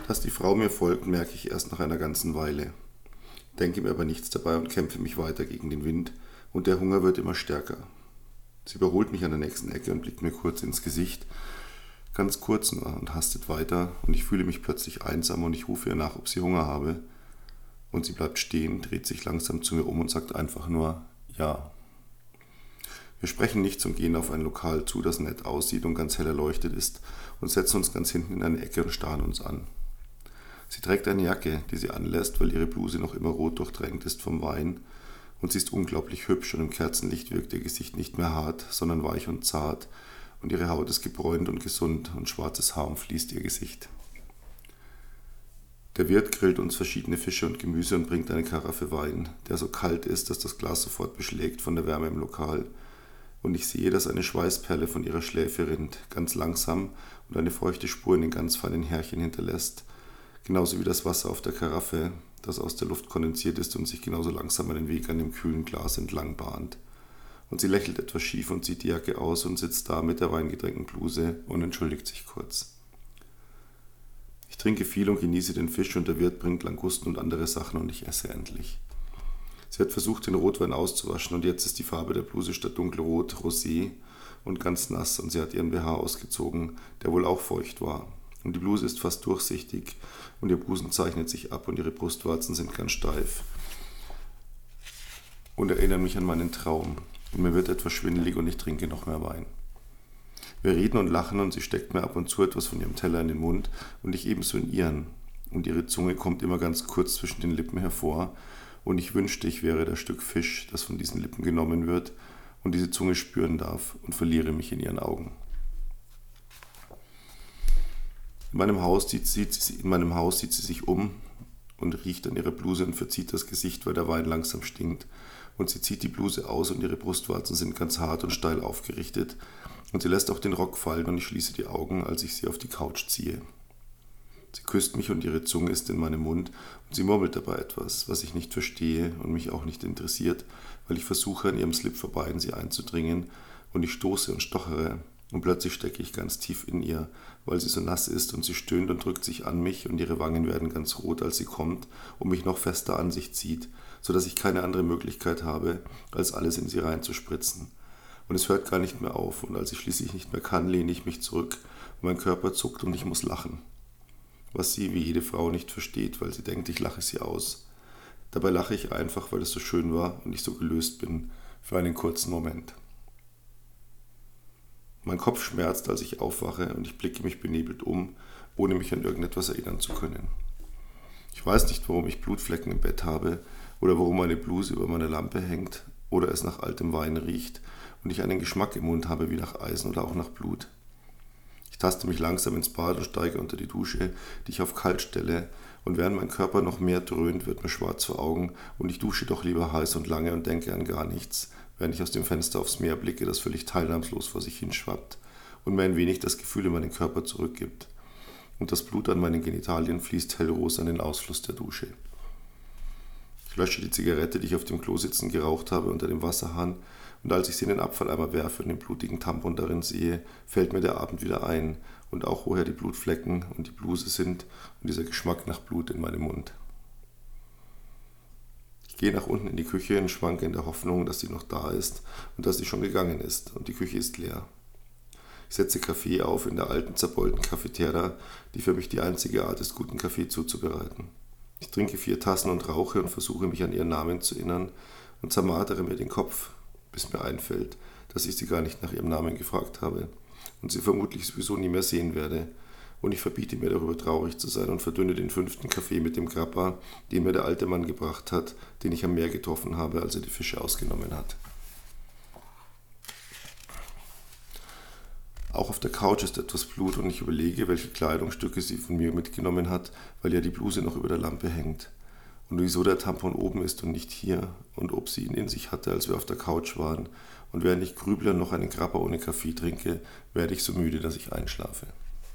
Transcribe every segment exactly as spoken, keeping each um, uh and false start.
Dass die Frau mir folgt, merke ich erst nach einer ganzen Weile. Denke mir aber nichts dabei und kämpfe mich weiter gegen den Wind und der Hunger wird immer stärker. Sie überholt mich an der nächsten Ecke und blickt mir kurz ins Gesicht, ganz kurz nur und hastet weiter und ich fühle mich plötzlich einsam und ich rufe ihr nach, ob sie Hunger habe. Und sie bleibt stehen, dreht sich langsam zu mir um und sagt einfach nur ja. Wir sprechen nichts und gehen auf ein Lokal zu, das nett aussieht und ganz hell erleuchtet ist und setzen uns ganz hinten in eine Ecke und starren uns an. Sie trägt eine Jacke, die sie anlässt, weil ihre Bluse noch immer rot durchtränkt ist vom Wein und sie ist unglaublich hübsch und im Kerzenlicht wirkt ihr Gesicht nicht mehr hart, sondern weich und zart und ihre Haut ist gebräunt und gesund und schwarzes Haar umfließt ihr Gesicht. Der Wirt grillt uns verschiedene Fische und Gemüse und bringt eine Karaffe Wein, der so kalt ist, dass das Glas sofort beschlägt von der Wärme im Lokal. Und ich sehe, dass eine Schweißperle von ihrer Schläfe rinnt, ganz langsam und eine feuchte Spur in den ganz feinen Härchen hinterlässt, genauso wie das Wasser auf der Karaffe, das aus der Luft kondensiert ist und sich genauso langsam einen Weg an dem kühlen Glas entlang bahnt. Und sie lächelt etwas schief und zieht die Jacke aus und sitzt da mit der weingetränkten Bluse und entschuldigt sich kurz. Ich trinke viel und genieße den Fisch und der Wirt bringt Langusten und andere Sachen und ich esse endlich. Sie hat versucht, den Rotwein auszuwaschen und jetzt ist die Farbe der Bluse statt dunkelrot rosé und ganz nass und sie hat ihren B H ausgezogen, der wohl auch feucht war. Und die Bluse ist fast durchsichtig und ihr Busen zeichnet sich ab und ihre Brustwarzen sind ganz steif und erinnern mich an meinen Traum. Und mir wird etwas schwindelig und ich trinke noch mehr Wein. Wir reden und lachen und sie steckt mir ab und zu etwas von ihrem Teller in den Mund und ich ebenso in ihren. Und ihre Zunge kommt immer ganz kurz zwischen den Lippen hervor und ich wünschte, ich wäre das Stück Fisch, das von diesen Lippen genommen wird und diese Zunge spüren darf und verliere mich in ihren Augen. In meinem Haus sieht sie, in meinem Haus sieht sie sich um und riecht an ihrer Bluse und verzieht das Gesicht, weil der Wein langsam stinkt. Und sie zieht die Bluse aus und ihre Brustwarzen sind ganz hart und steil aufgerichtet. Und sie lässt auch den Rock fallen und ich schließe die Augen, als ich sie auf die Couch ziehe. Sie küsst mich und ihre Zunge ist in meinem Mund und sie murmelt dabei etwas, was ich nicht verstehe und mich auch nicht interessiert, weil ich versuche, an ihrem Slip vorbei in sie einzudringen und ich stoße und stochere und plötzlich stecke ich ganz tief in ihr, weil sie so nass ist und sie stöhnt und drückt sich an mich und ihre Wangen werden ganz rot, als sie kommt und mich noch fester an sich zieht, sodass ich keine andere Möglichkeit habe, als alles in sie reinzuspritzen. Und es hört gar nicht mehr auf und als ich schließlich nicht mehr kann, lehne ich mich zurück und mein Körper zuckt und ich muss lachen. Was sie wie jede Frau nicht versteht, weil sie denkt, ich lache sie aus. Dabei lache ich einfach, weil es so schön war und ich so gelöst bin für einen kurzen Moment. Mein Kopf schmerzt, als ich aufwache und ich blicke mich benebelt um, ohne mich an irgendetwas erinnern zu können. Ich weiß nicht, warum ich Blutflecken im Bett habe oder warum meine Bluse über meiner Lampe hängt oder es nach altem Wein riecht und ich einen Geschmack im Mund habe wie nach Eisen oder auch nach Blut. Ich taste mich langsam ins Bad und steige unter die Dusche, die ich auf kalt stelle, und während mein Körper noch mehr dröhnt, wird mir schwarz vor Augen und ich dusche doch lieber heiß und lange und denke an gar nichts, während ich aus dem Fenster aufs Meer blicke, das völlig teilnahmslos vor sich hinschwappt und mir ein wenig das Gefühl in meinen Körper zurückgibt. Und das Blut an meinen Genitalien fließt hellrosa an den Ausfluss der Dusche. Ich lösche die Zigarette, die ich auf dem Klo sitzen geraucht habe, unter dem Wasserhahn, und als ich sie in den Abfalleimer werfe und den blutigen Tampon darin sehe, fällt mir der Abend wieder ein und auch woher die Blutflecken und die Bluse sind und dieser Geschmack nach Blut in meinem Mund. Ich gehe nach unten in die Küche und schwanke in der Hoffnung, dass sie noch da ist und dass sie schon gegangen ist und die Küche ist leer. Ich setze Kaffee auf in der alten, zerbeulten Cafetera, die für mich die einzige Art ist, guten Kaffee zuzubereiten. Ich trinke vier Tassen und rauche und versuche mich an ihren Namen zu erinnern und zermartere mir den Kopf, bis mir einfällt, dass ich sie gar nicht nach ihrem Namen gefragt habe und sie vermutlich sowieso nie mehr sehen werde. Und ich verbiete mir darüber traurig zu sein und verdünne den fünften Kaffee mit dem Grappa, den mir der alte Mann gebracht hat, den ich am Meer getroffen habe, als er die Fische ausgenommen hat. Auch auf der Couch ist etwas Blut und ich überlege, welche Kleidungsstücke sie von mir mitgenommen hat, weil ja die Bluse noch über der Lampe hängt. Und wieso der Tampon oben ist und nicht hier und ob sie ihn in sich hatte, als wir auf der Couch waren. Und während ich grüble und noch einen Grappa ohne Kaffee trinke, werde ich so müde, dass ich einschlafe.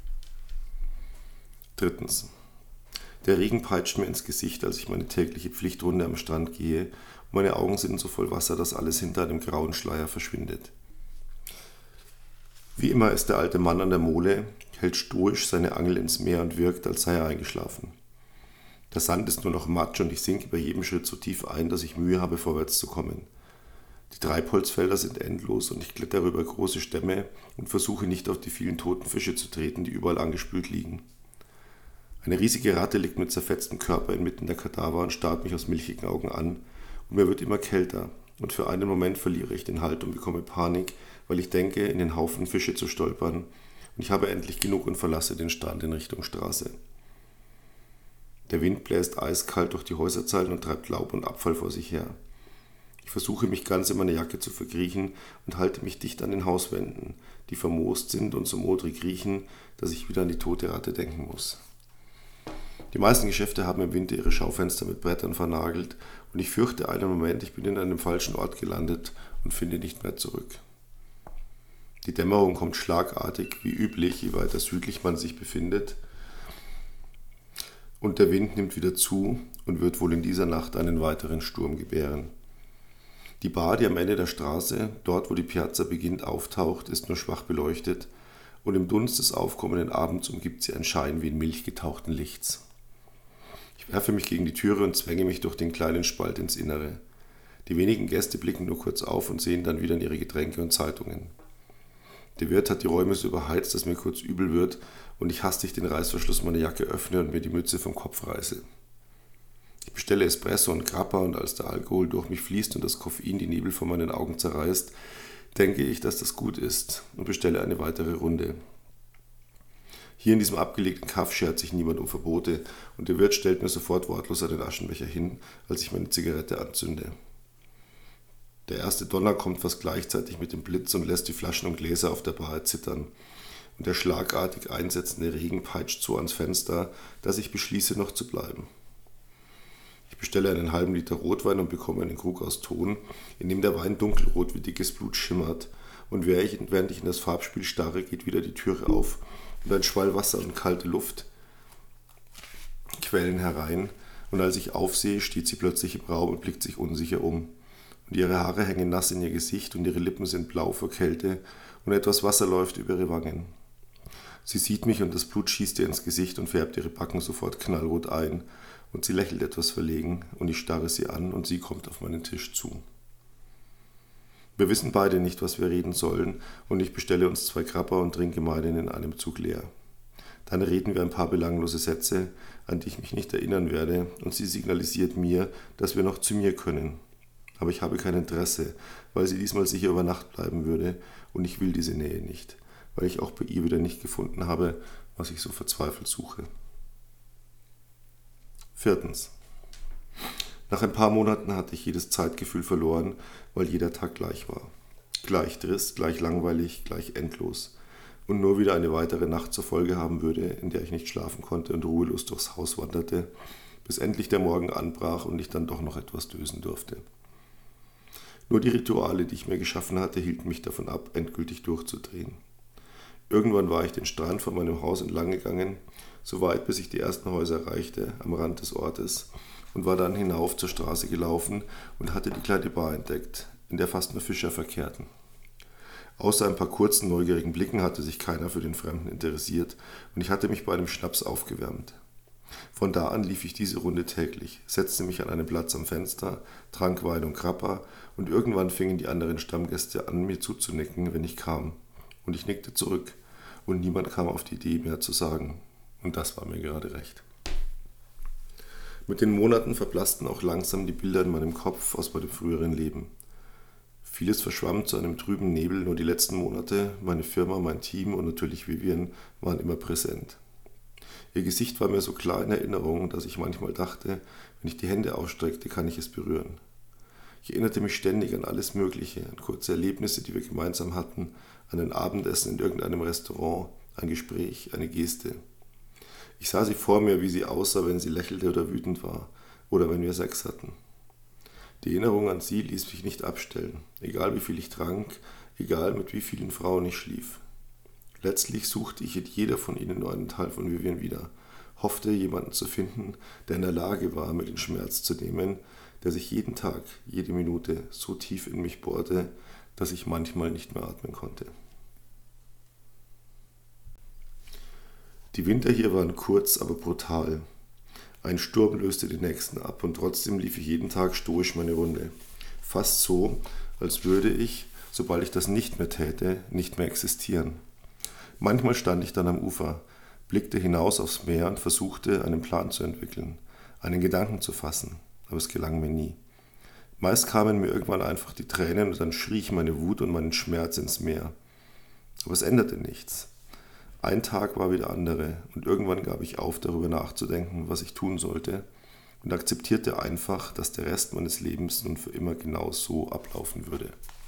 Drittens. Der Regen peitscht mir ins Gesicht, als ich meine tägliche Pflichtrunde am Strand gehe und meine Augen sind so voll Wasser, dass alles hinter einem grauen Schleier verschwindet. Wie immer ist der alte Mann an der Mole, hält stoisch seine Angel ins Meer und wirkt, als sei er eingeschlafen. Der Sand ist nur noch Matsch und ich sinke bei jedem Schritt so tief ein, dass ich Mühe habe, vorwärts zu kommen. Die Treibholzfelder sind endlos und ich klettere über große Stämme und versuche nicht auf die vielen toten Fische zu treten, die überall angespült liegen. Eine riesige Ratte liegt mit zerfetztem Körper inmitten der Kadaver und starrt mich aus milchigen Augen an und mir wird immer kälter und für einen Moment verliere ich den Halt und bekomme Panik, weil ich denke, in den Haufen Fische zu stolpern und ich habe endlich genug und verlasse den Strand in Richtung Straße. Der Wind bläst eiskalt durch die Häuserzeilen und treibt Laub und Abfall vor sich her. Ich versuche mich ganz in meine Jacke zu verkriechen und halte mich dicht an den Hauswänden, die vermoost sind und so modrig riechen, dass ich wieder an die tote Ratte denken muss. Die meisten Geschäfte haben im Winter ihre Schaufenster mit Brettern vernagelt und ich fürchte einen Moment, ich bin in einem falschen Ort gelandet und finde nicht mehr zurück. Die Dämmerung kommt schlagartig, wie üblich, je weiter südlich man sich befindet, und der Wind nimmt wieder zu und wird wohl in dieser Nacht einen weiteren Sturm gebären. Die Bar, die am Ende der Straße, dort wo die Piazza beginnt, auftaucht, ist nur schwach beleuchtet und im Dunst des aufkommenden Abends umgibt sie ein Schein wie in Milch getauchten Lichts. Ich werfe mich gegen die Türe und zwänge mich durch den kleinen Spalt ins Innere. Die wenigen Gäste blicken nur kurz auf und sehen dann wieder in ihre Getränke und Zeitungen. Der Wirt hat die Räume so überheizt, dass mir kurz übel wird und ich hastig den Reißverschluss meiner Jacke öffne und mir die Mütze vom Kopf reiße. Ich bestelle Espresso und Grappa und als der Alkohol durch mich fließt und das Koffein die Nebel vor meinen Augen zerreißt, denke ich, dass das gut ist und bestelle eine weitere Runde. Hier in diesem abgelegten Kaff schert sich niemand um Verbote und der Wirt stellt mir sofort wortlos einen Aschenbecher hin, als ich meine Zigarette anzünde. Der erste Donner kommt fast gleichzeitig mit dem Blitz und lässt die Flaschen und Gläser auf der Bar erzittern. Und der schlagartig einsetzende Regen peitscht so ans Fenster, dass ich beschließe, noch zu bleiben. Ich bestelle einen halben Liter Rotwein und bekomme einen Krug aus Ton, in dem der Wein dunkelrot wie dickes Blut schimmert. Und während ich in das Farbspiel starre, geht wieder die Türe auf und ein Schwall Wasser und kalte Luft quellen herein. Und als ich aufsehe, steht sie plötzlich im Raum und blickt sich unsicher um. Und ihre Haare hängen nass in ihr Gesicht und ihre Lippen sind blau vor Kälte und etwas Wasser läuft über ihre Wangen. Sie sieht mich und das Blut schießt ihr ins Gesicht und färbt ihre Backen sofort knallrot ein und sie lächelt etwas verlegen und ich starre sie an und sie kommt auf meinen Tisch zu. Wir wissen beide nicht, was wir reden sollen und ich bestelle uns zwei Grappa und trinke meinen in einem Zug leer. Dann reden wir ein paar belanglose Sätze, an die ich mich nicht erinnern werde und sie signalisiert mir, dass wir noch zu mir können. Aber ich habe kein Interesse, weil sie diesmal sicher über Nacht bleiben würde und ich will diese Nähe nicht, weil ich auch bei ihr wieder nicht gefunden habe, was ich so verzweifelt suche. Viertens. Nach ein paar Monaten hatte ich jedes Zeitgefühl verloren, weil jeder Tag gleich war. Gleich trist, gleich langweilig, gleich endlos. Und nur wieder eine weitere Nacht zur Folge haben würde, in der ich nicht schlafen konnte und ruhelos durchs Haus wanderte, bis endlich der Morgen anbrach und ich dann doch noch etwas dösen durfte. Nur die Rituale, die ich mir geschaffen hatte, hielten mich davon ab, endgültig durchzudrehen. Irgendwann war ich den Strand vor meinem Haus entlang gegangen, so weit bis ich die ersten Häuser erreichte, am Rand des Ortes, und war dann hinauf zur Straße gelaufen und hatte die kleine Bar entdeckt, in der fast nur Fischer verkehrten. Außer ein paar kurzen, neugierigen Blicken hatte sich keiner für den Fremden interessiert und ich hatte mich bei einem Schnaps aufgewärmt. Von da an lief ich diese Runde täglich, setzte mich an einen Platz am Fenster, trank Wein und Grappa und irgendwann fingen die anderen Stammgäste an, mir zuzunicken, wenn ich kam. Und ich nickte zurück und niemand kam auf die Idee, mehr zu sagen. Und das war mir gerade recht. Mit den Monaten verblassten auch langsam die Bilder in meinem Kopf aus meinem früheren Leben. Vieles verschwamm zu einem trüben Nebel, nur die letzten Monate, meine Firma, mein Team und natürlich Vivian waren immer präsent. Ihr Gesicht war mir so klar in Erinnerung, dass ich manchmal dachte, wenn ich die Hände ausstreckte, kann ich es berühren. Ich erinnerte mich ständig an alles Mögliche, an kurze Erlebnisse, die wir gemeinsam hatten, an ein Abendessen in irgendeinem Restaurant, ein Gespräch, eine Geste. Ich sah sie vor mir, wie sie aussah, wenn sie lächelte oder wütend war, oder wenn wir Sex hatten. Die Erinnerung an sie ließ mich nicht abstellen, egal wie viel ich trank, egal mit wie vielen Frauen ich schlief. Letztlich suchte ich in jeder von ihnen nur einen Teil von Vivian wieder, hoffte, jemanden zu finden, der in der Lage war, mir den Schmerz zu nehmen, der sich jeden Tag, jede Minute so tief in mich bohrte, dass ich manchmal nicht mehr atmen konnte. Die Winter hier waren kurz, aber brutal. Ein Sturm löste den nächsten ab und trotzdem lief ich jeden Tag stoisch meine Runde. Fast so, als würde ich, sobald ich das nicht mehr täte, nicht mehr existieren. Manchmal stand ich dann am Ufer, blickte hinaus aufs Meer und versuchte, einen Plan zu entwickeln, einen Gedanken zu fassen, aber es gelang mir nie. Meist kamen mir irgendwann einfach die Tränen und dann schrie ich meine Wut und meinen Schmerz ins Meer. Aber es änderte nichts. Ein Tag war wie der andere und irgendwann gab ich auf, darüber nachzudenken, was ich tun sollte und akzeptierte einfach, dass der Rest meines Lebens nun für immer genau so ablaufen würde.